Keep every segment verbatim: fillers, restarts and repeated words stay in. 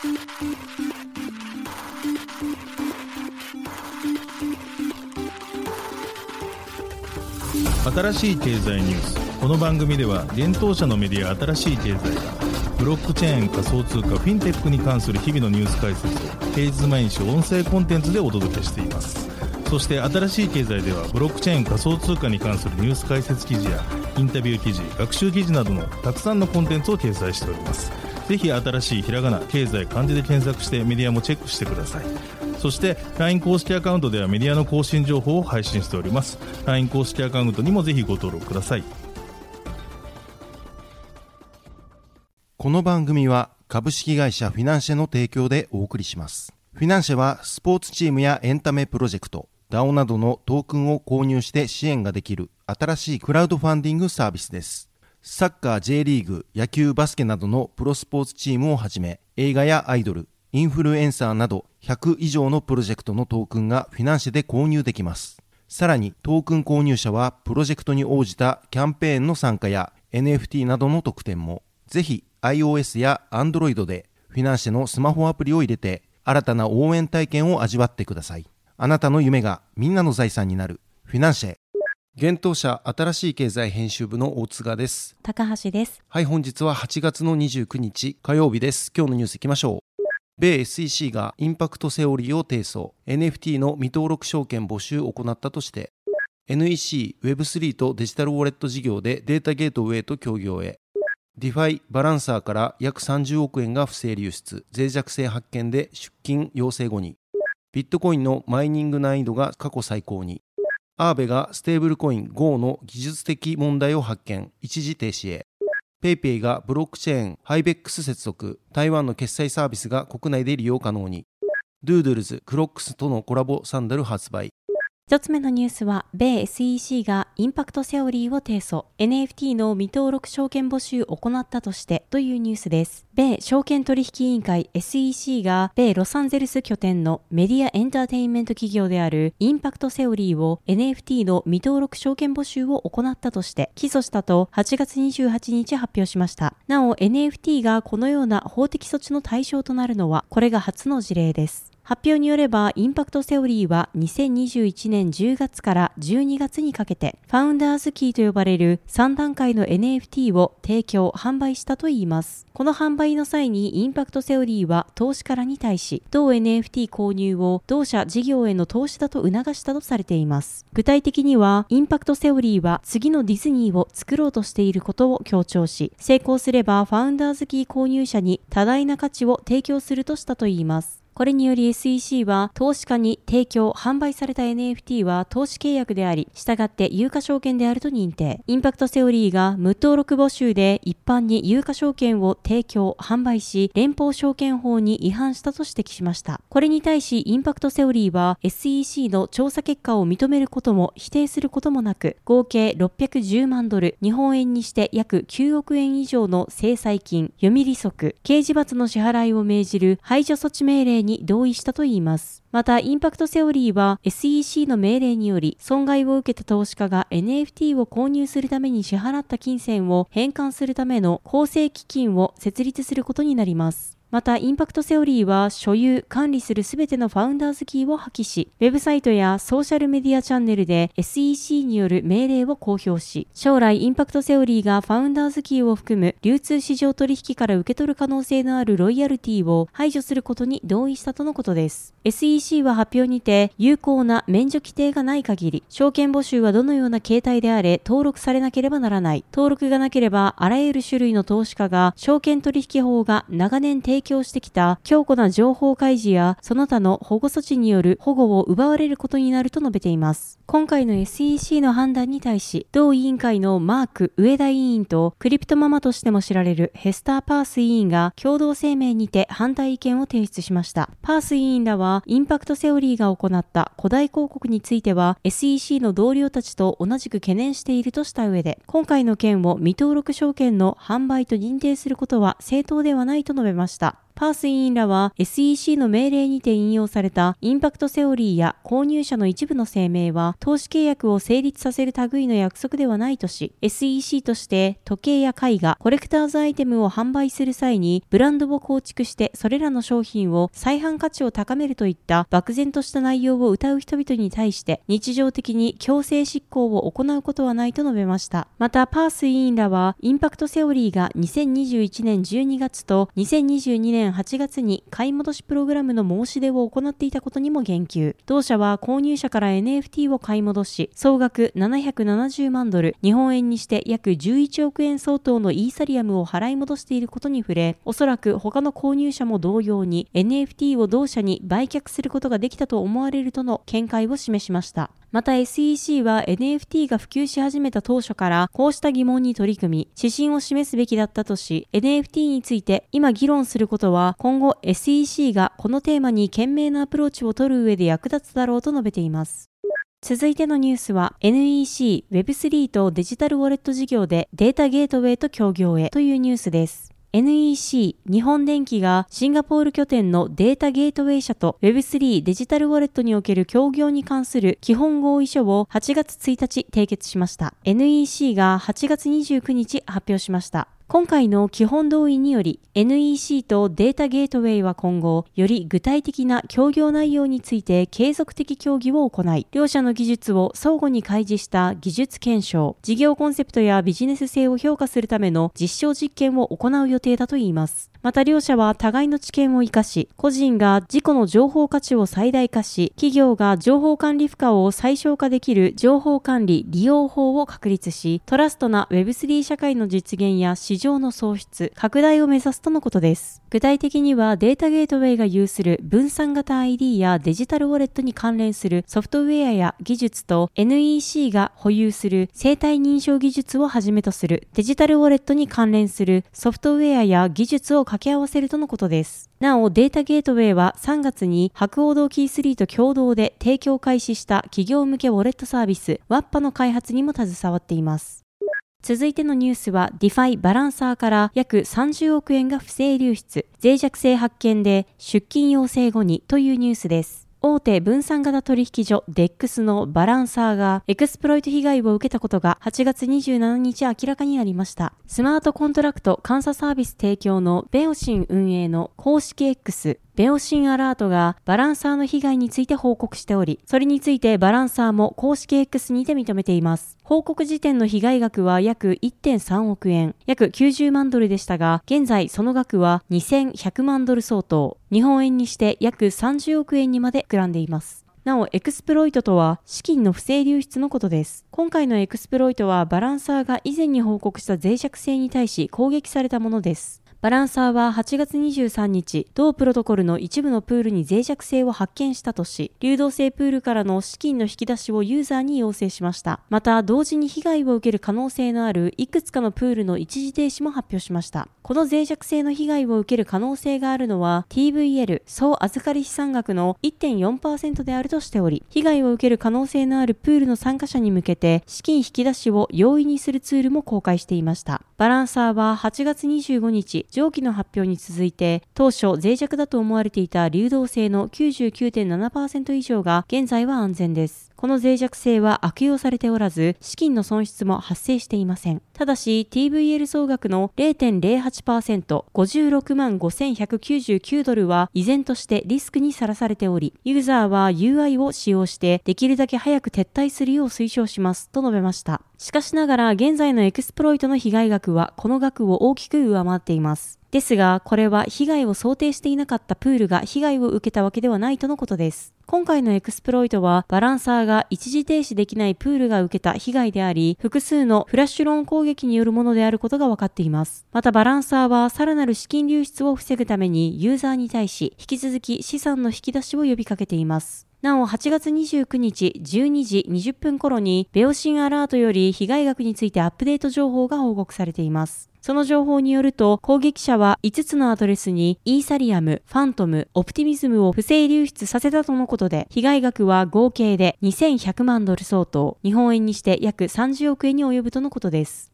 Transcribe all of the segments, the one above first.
新しい経済ニュース。この番組では現当社のメディア新しい経済がブロックチェーン、仮想通貨、フィンテックに関する日々のニュース解説を平日毎日音声コンテンツでお届けしています。そして新しい経済ではブロックチェーン、仮想通貨に関するニュース解説記事やインタビュー記事、学習記事などのたくさんのコンテンツを掲載しております。ぜひ新しいひらがな、経済、漢字で検索してメディアもチェックしてください。そして ライン 公式アカウントではメディアの更新情報を配信しております。 ライン 公式アカウントにもぜひご登録ください。 この番組は株式会社フィナンシェの提供でお送りします。フィナンシェはスポーツチームやエンタメプロジェクト、ダオ などのトークンを購入して支援ができる新しいクラウドファンディングサービスです。サッカー、J リーグ、野球、バスケなどのプロスポーツチームをはじめ、映画やアイドル、インフルエンサーなどひゃく以上のプロジェクトのトークンがフィナンシェで購入できます。さらにトークン購入者はプロジェクトに応じたキャンペーンの参加や エヌエフティー などの特典も。ぜひ iOS や Android でフィナンシェのスマホアプリを入れて新たな応援体験を味わってください。あなたの夢がみんなの財産になるフィナンシェ。現当社新しい経済編集部の大塚です。 高橋です。 はい、本日ははちがつのにじゅうくにち火曜日です。今日のニュースいきましょう。米 エスイーシー がインパクトセオリーを提訴、 エヌエフティー の未登録証券募集を行ったとして エヌイーシー、ウェブスリー とデジタルウォレット事業でデータゲートウェイと協業へ。ディファイバランサーから約さんじゅうおくえんが不正流出、脆弱性発見で出金要請後に。ビットコインのマイニング難易度が過去最高に。アーベがステーブルコイン ゴー の技術的問題を発見、一時停止へ。ペイペイがブロックチェーンハイベックス接続、台湾の決済サービスが国内で利用可能に。ドゥードゥルズ、クロックスとのコラボサンダル発売。 一つ目のニュースは、米 エスイーシー がインパクトセオリーを提訴、エヌエフティー の未登録証券募集を行ったとしてというニュースです。米証券取引委員会 エスイーシー が米ロサンゼルス拠点のメディアエンターテインメント企業であるインパクトセオリーを エヌエフティー の未登録証券募集を行ったとして起訴したとはちがつにじゅうはちにち発表しました。なお エヌエフティー がこのような法的措置の対象となるのはこれが初の事例です。発表によれば、インパクトセオリーはにせんにじゅういちねんじゅうがつからじゅうにがつにかけて、ファウンダーズキーと呼ばれるさんだんかいの エヌエフティー を提供・販売したといいます。この販売の際にインパクトセオリーは投資家らに対し、同 エヌエフティー 購入を同社事業への投資だと促したとされています。具体的には、インパクトセオリーは次のディズニーを作ろうとしていることを強調し、成功すればファウンダーズキー購入者に多大な価値を提供するとしたといいます。これにより エスイーシー は投資家に提供・販売された エヌエフティー は投資契約であり、従って有価証券であると認定。インパクトセオリーが無登録募集で一般に有価証券を提供・販売し、連邦証券法に違反したと指摘しました。これに対しインパクトセオリーは エスイーシー の調査結果を認めることも否定することもなく、合計ろっぴゃくじゅうまんドル、日本円にして約きゅうおくえん以上の制裁金、読み利息、刑事罰の支払いを命じる排除措置命令に同意したといいます。また、インパクトセオリーは エスイーシー の命令により、損害を受けた投資家が エヌエフティー を購入するために支払った金銭を返還するための公正基金を設立することになります。また、インパクトセオリーは所有・管理するすべてのファウンダーズキーを破棄し、ウェブサイトやソーシャルメディアチャンネルで エスイーシー による命令を公表し、将来インパクトセオリーがファウンダーズキーを含む流通市場取引から受け取る可能性のあるロイヤルティを排除することに同意したとのことです。エスイーシー は発表にて、有効な免除規定がない限り、証券募集はどのような形態であれ登録されなければならない。登録がなければ、あらゆる種類の投資家が証券取引法が長年提供してきた強固な情報開示やその他の保護措置による保護を奪われることになると述べています。今回の エスイーシー の判断に対し、同委員会のマーク・上田委員とクリプトママとしても知られるヘスター・パース委員が共同声明にて反対意見を提出しました。パース委員らは、インパクトセオリーが行った古代広告については エスイーシー の同僚たちと同じく懸念しているとした上で、今回の件を未登録証券の販売と認定することは正当ではないと述べました。 パース委員らは エスイーシー の命令にて引用されたインパクトセオリーや購入者の一部の声明は投資契約を成立させる類の約束ではないとし、エスイーシー として時計や絵画、コレクターズアイテムを販売する際にブランドを構築してそれらの商品を再販価値を高めるといった漠然とした内容を謳う人々に対して日常的に強制執行を行うことはないと述べました。またパース委員らはインパクトセオリーがにせんにじゅういちねんじゅうにがつとにせんにじゅうにねんはちがつに買い戻しプログラムの申し出を行っていたことにも言及。同社は購入者から エヌエフティー を買い戻し、総額ななひゃくななじゅうまんドル、日本円にして約じゅういちおくえん相当のイーサリアムを払い戻していることに触れ、おそらく他の購入者も同様に エヌエフティー を同社に売却することができたと思われるとの見解を示しました。また エスイーシー は エヌエフティー が普及し始めた当初からこうした疑問に取り組み、指針を示すべきだったとし、エヌエフティー について今議論することは今後 エスイーシー がこのテーマに賢明なアプローチを取る上で役立つだろうと述べています。続いてのニュースは エヌイーシー、ウェブスリー とデジタルウォレット事業でデータゲートウェイと協業へというニュースです。エヌイーシー 日本電機がシンガポール拠点のデータゲートウェイ社と ウェブスリー デジタルウォレットにおける協業に関する基本合意書をはちがつついたち締結しました。エヌイーシー がはちがつにじゅうくにち発表しました。今回の基本同意により エヌイーシー とデータゲートウェイは今後より具体的な協業内容について継続的協議を行い、両社の技術を相互に開示した技術検証、事業コンセプトやビジネス性を評価するための実証実験を行う予定だといいます。また両社は互いの知見を生かし、個人が自己の情報価値を最大化し、企業が情報管理負荷を最小化できる情報管理利用法を確立し、トラストな ウェブスリー 社会の実現や市場の創出、拡大を目指すとのことです。具体的にはデータゲートウェイが有する分散型 アイディー やデジタルウォレットに関連するソフトウェアや技術と エヌイーシー が保有する生体認証技術をはじめとするデジタルウォレットに関連するソフトウェアや技術を掛け合わせるとのことです。なお、データゲートウェイはさんがつに博報堂キースリーと共同で提供開始した企業向けウォレットサービス ワッパ の開発にも携わっています。続いてのニュースは ディファイ バランサーから約さんじゅうおくえんが不正流出、脆弱性発見で出金要請後にというニュースです。大手分散型取引所 デックス のバランサーがエクスプロイト被害を受けたことがはちがつにじゅうしちにち明らかになりました。スマートコントラクト監査サービス提供のベオシン運営の公式 X、ベオシンアラートがバランサーの被害について報告しており、それについてバランサーも公式 X にて認めています。報告時点の被害額は約 いってんさんおくえん、約きゅうじゅうまんドルでしたが、現在その額はにせんひゃくまんドル相当、日本円にして約さんじゅうおくえんにまで膨らんでいます。なお、エクスプロイトとは資金の不正流出のことです。今回のエクスプロイトはバランサーが以前に報告した脆弱性に対し攻撃されたものです。バランサーははちがつにじゅうさんにち、同プロトコルの一部のプールに脆弱性を発見したとし、流動性プールからの資金の引き出しをユーザーに要請しました。また、同時に被害を受ける可能性のあるいくつかのプールの一時停止も発表しました。この脆弱性の被害を受ける可能性があるのは ティーブイエル 総預かり資産額の いってんよんパーセント であるとしており、被害を受ける可能性のあるプールの参加者に向けて資金引き出しを容易にするツールも公開していました。バランサーははちがつにじゅうごにち、上記の発表に続いて、当初脆弱だと思われていた流動性の きゅうじゅうきゅうてんななパーセント 以上が現在は安全です。この脆弱性は悪用されておらず、資金の損失も発生していません。ただし、ティーブイエル 総額の れいてんれいはちパーセント、ごじゅうろくまんごせんひゃくきゅうじゅうきゅうドルは依然としてリスクにさらされており、ユーザーは ユーアイ を使用してできるだけ早く撤退するよう推奨しますと述べました。しかしながら現在のエクスプロイトの被害額はこの額を大きく上回っています。ですが、これは被害を想定していなかったプールが被害を受けたわけではないとのことです。今回のエクスプロイトは、バランサーが一時停止できないプールが受けた被害であり、複数のフラッシュローン攻撃によるものであることが分かっています。またバランサーは、さらなる資金流出を防ぐためにユーザーに対し、引き続き資産の引き出しを呼びかけています。なお、はちがつにじゅうくにちじゅうにじにじゅっぷん頃に、ベオシンアラートより被害額についてアップデート情報が報告されています。その情報によると、攻撃者はいつつのアドレスにイーサリアム、ファントム、オプティミズムを不正流出させたとのことで、被害額は合計でにせんひゃくまんドル相当、日本円にして約さんじゅうおくえんに及ぶとのことです。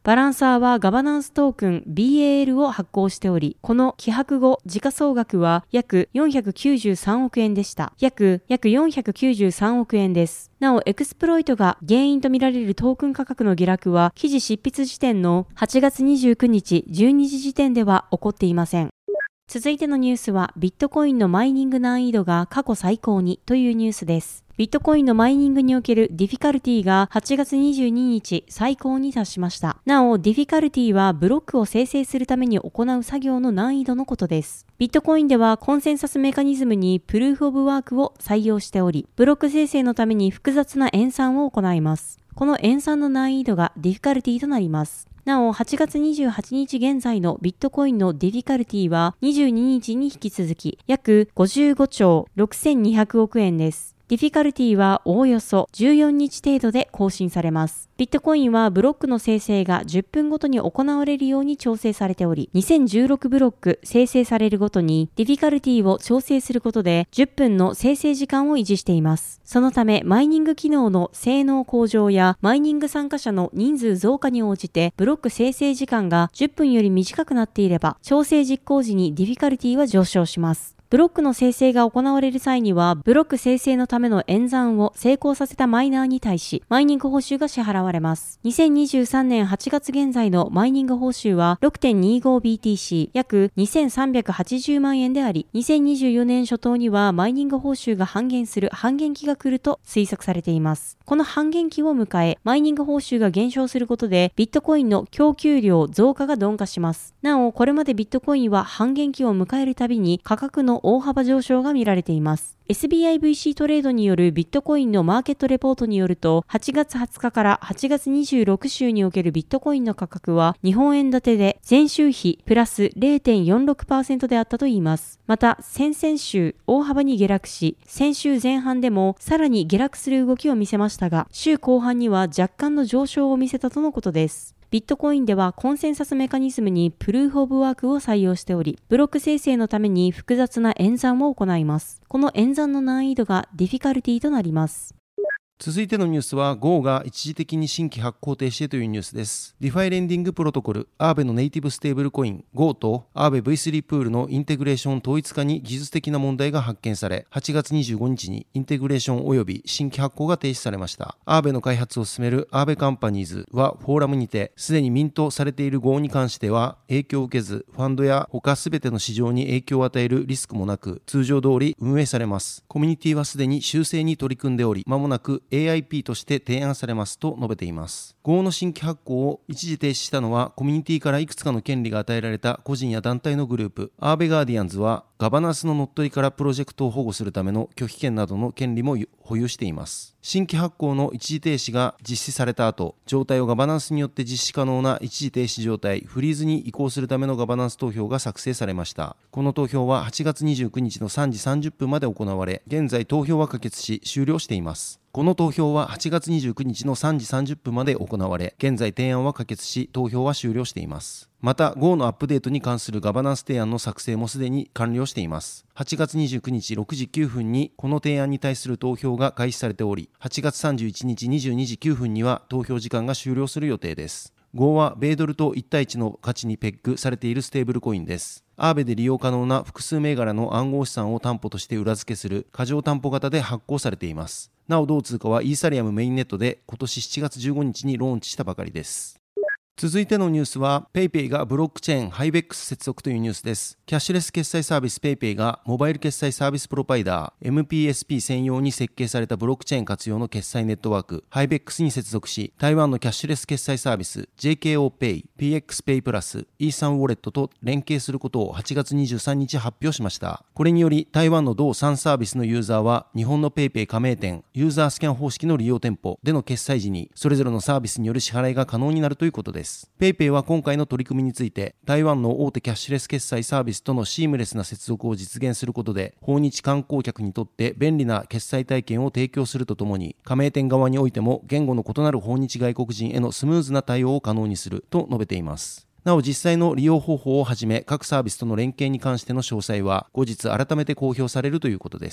バランサーはガバナンストークン ビーエーエル を発行しており、この揮発後、時価総額は約よんひゃくきゅうじゅうさんおくえんでした。約、約よんひゃくきゅうじゅうさんおくえんです。なお、エクスプロイトが原因とみられるトークン価格の下落は、記事執筆時点のはちがつにじゅうくにちじゅうにじ時点では起こっていません。続いてのニュースは、ビットコインのマイニング難易度が過去最高にというニュースです。ビットコインのマイニングにおけるディフィカルティがはちがつにじゅうににち最高に達しました。なお、ディフィカルティはブロックを生成するために行う作業の難易度のことです。ビットコインではコンセンサスメカニズムにプルーフオブワークを採用しており、ブロック生成のために複雑な演算を行います。この演算の難易度がディフィカルティとなります。なお、はちがつにじゅうはちにち現在のビットコインのディフィカルティはにじゅうににちに引き続き約ごじゅうごちょうろくせんにひゃくおくえんです。ディフィカルティはおおよそじゅうよっか程度で更新されます。ビットコインはブロックの生成がじゅっぷんごとに行われるように調整されており、にせんじゅうろくブロック生成されるごとにディフィカルティを調整することでじゅっぷんの生成時間を維持しています。そのため、マイニング機能の性能向上やマイニング参加者の人数増加に応じてブロック生成時間がじゅっぷんより短くなっていれば、調整実行時にディフィカルティは上昇します。ブロックの生成が行われる際には、ブロック生成のための演算を成功させたマイナーに対し、マイニング報酬が支払われます。にせんにじゅうさんねんはちがつ現在のマイニング報酬は ろくてんにごビーティーシー、約にせんさんびゃくはちじゅうまんえんであり、にせんにじゅうよねん初頭にはマイニング報酬が半減する半減期が来ると推測されています。この半減期を迎え、マイニング報酬が減少することで、ビットコインの供給量増加が鈍化します。なお、これまでビットコインは半減期を迎えるたびに価格の大幅上昇が見られています。エスビーアイブイシー トレードによるビットコインのマーケットレポートによると、はちがつはつかからはちがつにじゅうろくしゅうにおけるビットコインの価格は日本円建てで前週比プラス れいてんよんろくパーセント であったといいます。また、先々週大幅に下落し、先週前半でもさらに下落する動きを見せましたが、週後半には若干の上昇を見せたとのことです。ビットコインではコンセンサスメカニズムにプルーフオブワークを採用しており、ブロック生成のために複雑な演算を行います。この演算の難易度がディフィカルティとなります。 続いてのニュースは ゴー が一時的に新規発行停止へというニュースです。ディファイレンディングプロトコル アーベ のネイティブステーブルコイン ゴー と アーベ ブイスリー プールのインテグレーション統一化に技術的な問題が発見され、はちがつにじゅうごにちにインテグレーション及び新規発行が停止されました。アーベの開発を進めるアーベカンパニーズはフォーラムにて、すでにミントされている ゴー に関しては影響を受けず、ファンドや他すべての市場に影響を与えるリスクもなく、通常通り運営されます。コミュニティはすでに修正に取り組んでおり、間もなく エーアイピー として提案されますと述べています。ゴー の新規発行を一時停止したのは、コミュニティからいくつかの権利が与えられた個人や団体のグループ、アーベガーディアンズはガバナンスの乗っ取りからプロジェクトを保護するための拒否権などの権利も保有しています。新規発行の一時停止が実施された後、状態をガバナンスによって実施可能な一時停止状態、フリーズに移行するためのガバナンス投票が作成されました。この投票ははちがつにじゅうくにちのさんじさんじゅっぷんまで行われ、現在投票は可決し終了しています。この投票ははちがつにじゅうくにちのさんじさんじゅっぷんまで行われ、現在提案は可決し投票は終了しています。また ゴー のアップデートに関するガバナンス提案の作成もすでに完了しています。はちがつにじゅうくにちろくじきゅうふんにこの提案に対する投票が開始されており、はちがつさんじゅういちにちにじゅうにじきゅうふんには投票時間が終了する予定です。ゴー は米ドルといち対いちの価値にペッグされているステーブルコインです。アーベで利用可能な複数銘柄の暗号資産を担保として裏付けする過剰担保型で発行されています。なお同通貨はイーサリアムメインネットで今年しちがつじゅうごにちにローンチしたばかりです。続いてのニュースは PayPay がブロックチェーン ハイベックス 接続というニュースです。キャッシュレス決済サービス PayPay がモバイル決済サービスプロバイダー エムピーエスピー 専用に設計されたブロックチェーン活用の決済ネットワーク ハイベックス に接続し、台湾のキャッシュレス決済サービス ジェーケーオー Pay、ピーエックス Pay プラス、イーサンウォレットと連携することをはちがつにじゅうさんにち発表しました。これにより台湾の同さんサービスのユーザーは日本の PayPay 加盟店、ユーザースキャン方式の利用店舗での決済時にそれぞれのサービスによる支払いが可能になるということです。PayPay は今回の取り組みについて、台湾の大手キャッシュレス決済サービスとのシームレスな接続を実現することで、訪日観光客にとって便利な決済体験を提供するとともに、加盟店側においても言語の異なる訪日外国人へのスムーズな対応を可能にすると述べています。なお実際の利用方法をはじめ各サービスとの連携に関しての詳細は後日改めて公表されるということです。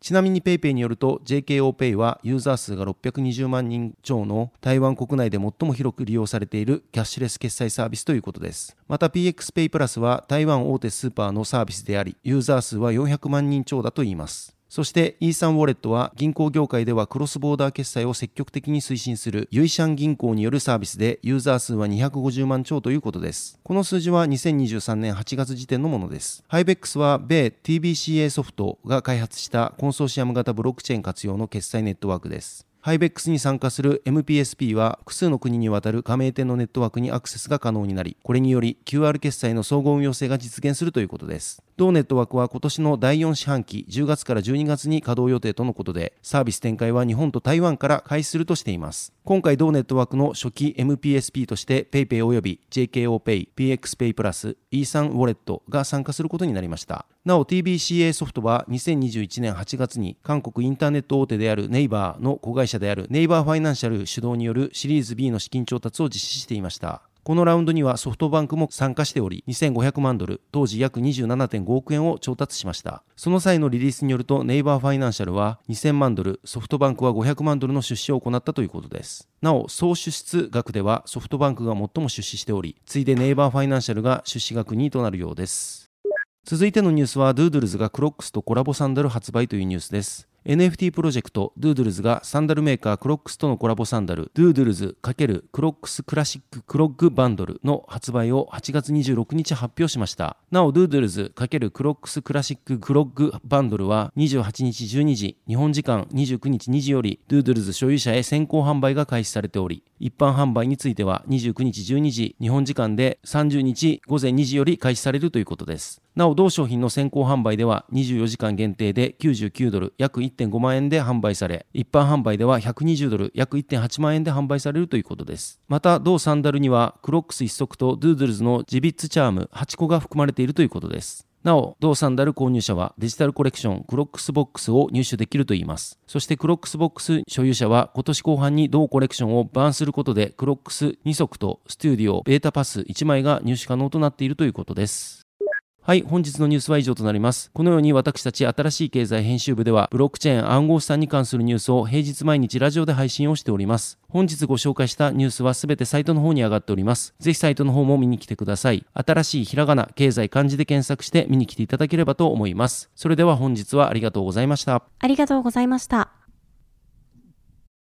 ちなみに PayPay によると ジェイケーオー Pay はユーザー数がろっぴゃくにじゅうまんにん超の台湾国内で最も広く利用されているキャッシュレス決済サービスということです。また ピーエックス Pay プラスは台湾大手スーパーのサービスであり、ユーザー数はよんひゃくまんにん超だといいます。そしてイーサンウォレットは銀行業界ではクロスボーダー決済を積極的に推進するユイシャン銀行によるサービスで、ユーザー数はにひゃくごじゅうまん超ということです。この数字はにせんにじゅうさんねんはちがつ時点のものです。ハイベックスは米 ティービーシーエー ソフトが開発したコンソーシアム型ブロックチェーン活用の決済ネットワークです。ハイベックスに参加する エムピーエスピー は複数の国にわたる加盟店のネットワークにアクセスが可能になり、これにより キューアール 決済の総合運用性が実現するということです。同ネットワークは今年のだいよん四半期じゅうがつからじゅうにがつに稼働予定とのことで、サービス展開は日本と台湾から開始するとしています。今回同ネットワークの初期 エムピーエスピー として PayPay および ジェイケーオー Pay、ピーエックス Pay プラス、イーサンウォレットが参加することになりました。なお ティービーシーエー ソフトはにせんにじゅういちねんはちがつに韓国インターネット大手であるネイバーの子会社であるネイバーファイナンシャル主導によるシリーズ ビー の資金調達を実施していました。このラウンドにはソフトバンクも参加しており、にせんごひゃくまんドル、当時約 にじゅうななてんごおくえんを調達しました。その際のリリースによると、ネイバーファイナンシャルはにせんまんドル、ソフトバンクはごひゃくまんドルの出資を行ったということです。なお、総出資額ではソフトバンクが最も出資しており、次いでネイバーファイナンシャルが出資額にいとなるようです。続いてのニュースは、ドゥードゥルズがクロックスとコラボサンダル発売というニュースです。エヌエフティー プロジェクトドゥードゥルズがサンダルメーカークロックスとのコラボサンダルドゥードゥルズ×クロックスクラシッククロッグバンドルの発売をはちがつにじゅうろくにち発表しました。なおドゥードゥルズ×クロックスクラシッククロッグバンドルはにじゅうはちにちじゅうにじ、日本時間にじゅうくにちにじよりドゥードゥルズ所有者へ先行販売が開始されており、一般販売についてはにじゅうくにちじゅうにじ、日本時間でさんじゅうにちごぜんにじより開始されるということです。なお同商品の先行販売ではにじゅうよじかん限定できゅうじゅうきゅうドル約 いってんごまんえんで販売され、一般販売ではひゃくにじゅうドル約 いってんはちまんえんで販売されるということです。また同サンダルにはクロックス一足とドゥードゥルズのジビッツチャームはちこが含まれているということです。なお同サンダル購入者はデジタルコレクションクロックスボックスを入手できるといいます。そしてクロックスボックス所有者は今年後半に同コレクションをバーンすることでクロックスにそくとステューディオベータパスいちまいが入手可能となっているということです。はい、本日のニュースは以上となります。このように私たち新しい経済編集部ではブロックチェーン暗号資産に関するニュースを平日毎日ラジオで配信をしております。本日ご紹介したニュースはすべてサイトの方に上がっております。ぜひサイトの方も見に来てください。新しいひらがな、経済、漢字で検索して見に来ていただければと思います。それでは本日はありがとうございました。 ありがとうございました。